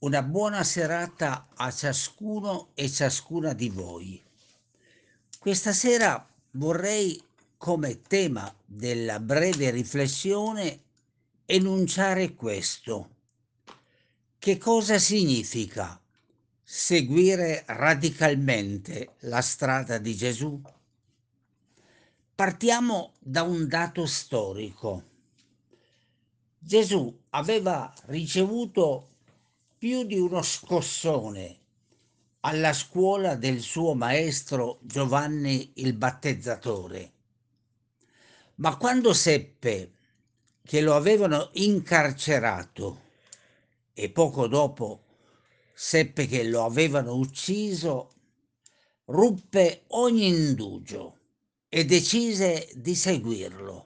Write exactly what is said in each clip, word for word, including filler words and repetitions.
Una buona serata a ciascuno e ciascuna di voi. Questa sera vorrei, come tema della breve riflessione, enunciare questo: che cosa significa seguire radicalmente la strada di Gesù? Partiamo da un dato storico. Gesù aveva ricevuto più di uno scossone alla scuola del suo maestro Giovanni il Battezzatore, ma quando seppe che lo avevano incarcerato e poco dopo seppe che lo avevano ucciso, ruppe ogni indugio e decise di seguirlo.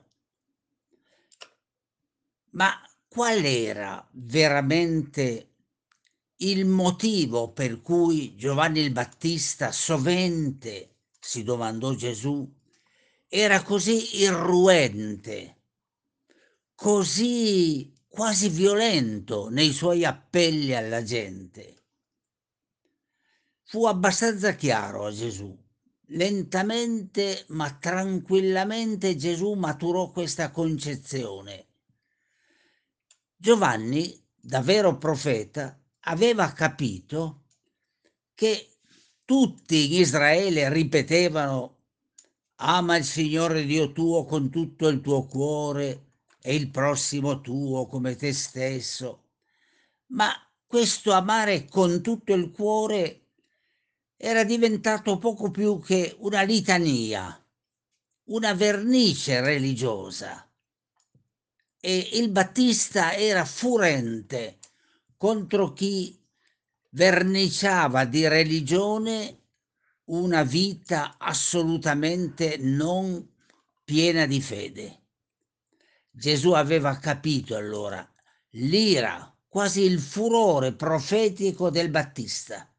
Ma qual era veramente il motivo per cui Giovanni il Battista, sovente, si domandò Gesù, era così irruente, così quasi violento nei suoi appelli alla gente? Fu abbastanza chiaro a Gesù. Lentamente ma tranquillamente Gesù maturò questa concezione. Giovanni, da vero profeta, aveva capito che tutti in Israele ripetevano: ama il Signore Dio tuo con tutto il tuo cuore e il prossimo tuo come te stesso. Ma questo amare con tutto il cuore era diventato poco più che una litania, una vernice religiosa. E il Battista era furente contro chi verniciava di religione una vita assolutamente non piena di fede. Gesù aveva capito allora l'ira, quasi il furore profetico del Battista,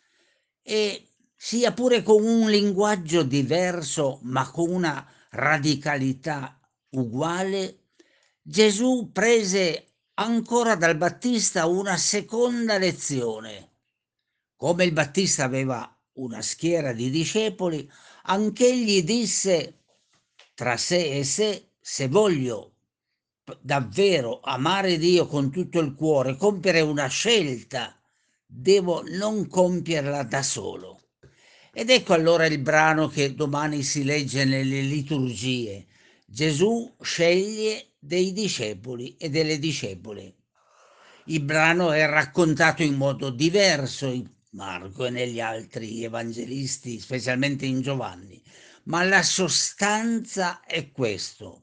e sia pure con un linguaggio diverso, ma con una radicalità uguale, Gesù prese ancora dal Battista una seconda lezione. Come il Battista aveva una schiera di discepoli, anch'egli disse tra sé e sé: se voglio davvero amare Dio con tutto il cuore, compiere una scelta, devo non compierla da solo. Ed ecco allora il brano che domani si legge nelle liturgie. Gesù sceglie dei discepoli e delle discepole. Il brano è raccontato in modo diverso in Marco e negli altri evangelisti, specialmente in Giovanni, ma la sostanza è questo: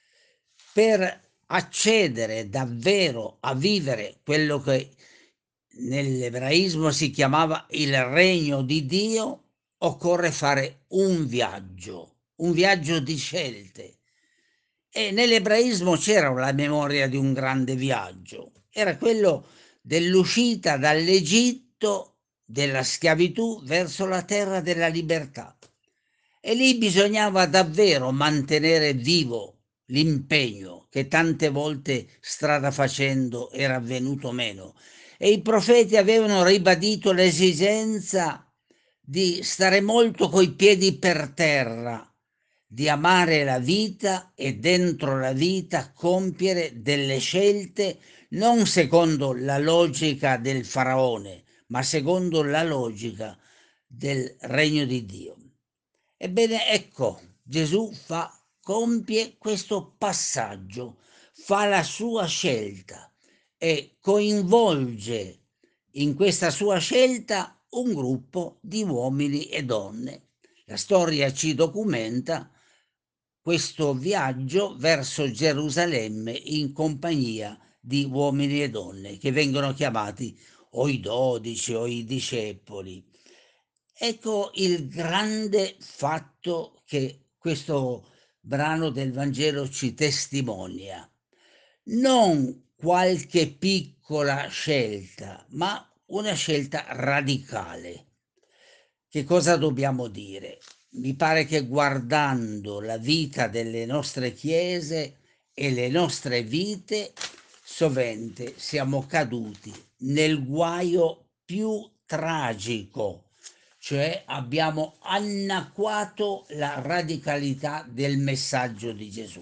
per accedere davvero a vivere quello che nell'ebraismo si chiamava il regno di Dio, occorre fare un viaggio, un viaggio di scelte. E nell'ebraismo c'era la memoria di un grande viaggio, era quello dell'uscita dall'Egitto, della schiavitù, verso la terra della libertà. E lì bisognava davvero mantenere vivo l'impegno che tante volte strada facendo era venuto meno. E i profeti avevano ribadito l'esigenza di stare molto coi piedi per terra, di amare la vita e dentro la vita compiere delle scelte non secondo la logica del faraone, ma secondo la logica del regno di Dio. Ebbene, ecco, Gesù fa, compie questo passaggio, fa la sua scelta e coinvolge in questa sua scelta un gruppo di uomini e donne. La storia ci documenta questo viaggio verso Gerusalemme in compagnia di uomini e donne che vengono chiamati o i dodici o i discepoli. Ecco il grande fatto che questo brano del Vangelo ci testimonia. Non qualche piccola scelta, ma una scelta radicale. Che cosa dobbiamo dire? Mi pare che guardando la vita delle nostre chiese e le nostre vite, sovente siamo caduti nel guaio più tragico, cioè abbiamo annacquato la radicalità del messaggio di Gesù.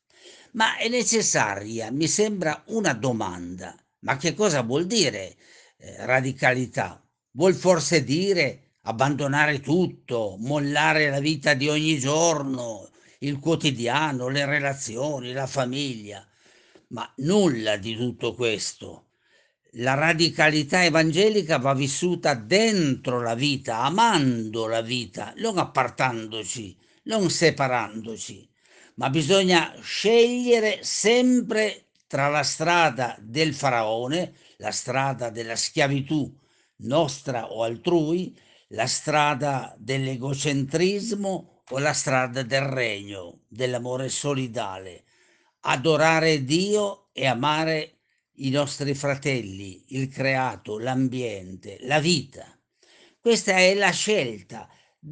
Ma è necessaria, mi sembra, una domanda. Ma che cosa vuol dire eh, radicalità? Vuol forse dire abbandonare tutto, mollare la vita di ogni giorno, il quotidiano, le relazioni, la famiglia? Ma nulla di tutto questo. La radicalità evangelica va vissuta dentro la vita, amando la vita, non appartandoci, non separandoci, ma bisogna scegliere sempre tra la strada del faraone, la strada della schiavitù nostra o altrui, la strada dell'egocentrismo o la strada del regno, dell'amore solidale. Adorare Dio e amare i nostri fratelli, il creato, l'ambiente, la vita. Questa è la scelta.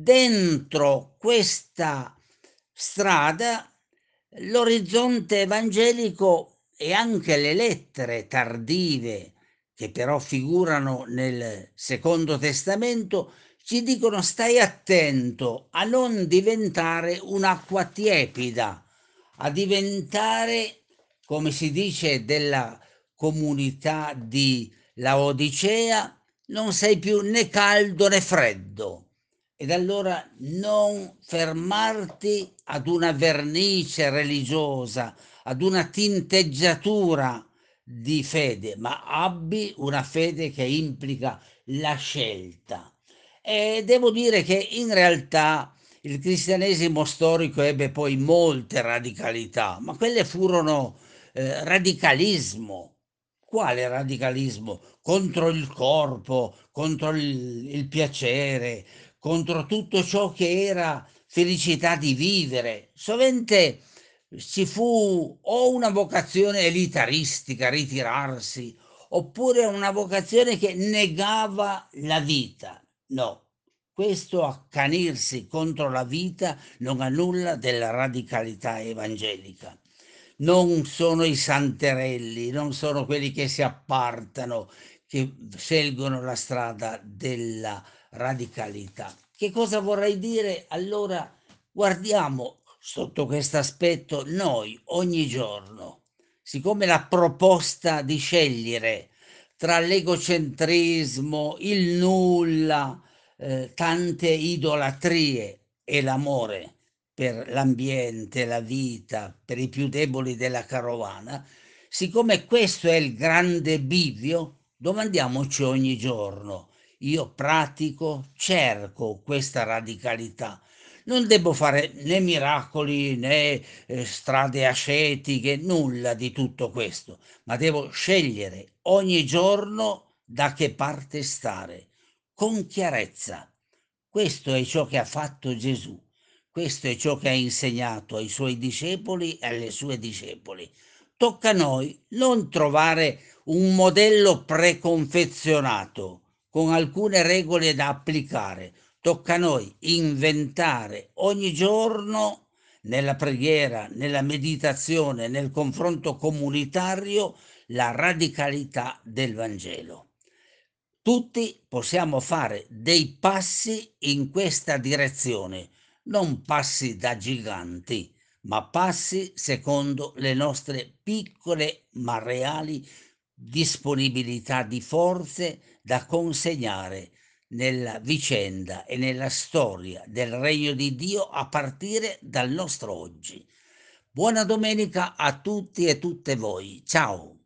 Dentro questa strada l'orizzonte evangelico e anche le lettere tardive che però figurano nel Secondo Testamento ci dicono stai attento a non diventare un'acqua tiepida, a diventare, come si dice della comunità di Laodicea, non sei più né caldo né freddo. Ed allora non fermarti ad una vernice religiosa, ad una tinteggiatura di fede, ma abbi una fede che implica la scelta. E devo dire che in realtà il cristianesimo storico ebbe poi molte radicalità, ma quelle furono eh, radicalismo. Quale radicalismo? Contro il corpo, contro il, il piacere, contro tutto ciò che era felicità di vivere. Sovente ci fu o una vocazione elitaristica, ritirarsi, oppure una vocazione che negava la vita. No, questo accanirsi contro la vita non ha nulla della radicalità evangelica. Non sono i santerelli, non sono quelli che si appartano, che scelgono la strada della radicalità. Che cosa vorrei dire? Allora, guardiamo sotto questo aspetto noi ogni giorno, siccome la proposta di scegliere tra l'egocentrismo, il nulla, eh, tante idolatrie e l'amore per l'ambiente, la vita, per i più deboli della carovana, siccome questo è il grande bivio, domandiamoci ogni giorno, io pratico, cerco questa radicalità. Non devo fare né miracoli né eh, strade ascetiche, nulla di tutto questo, ma devo scegliere ogni giorno da che parte stare, con chiarezza. Questo è ciò che ha fatto Gesù, questo è ciò che ha insegnato ai suoi discepoli e alle sue discepoli. Tocca a noi non trovare un modello preconfezionato con alcune regole da applicare. Tocca a noi inventare ogni giorno nella preghiera, nella meditazione, nel confronto comunitario, la radicalità del Vangelo. Tutti possiamo fare dei passi in questa direzione, non passi da giganti, ma passi secondo le nostre piccole ma reali disponibilità di forze da consegnare nella vicenda e nella storia del regno di Dio a partire dal nostro oggi. Buona domenica a tutti e tutte voi. Ciao.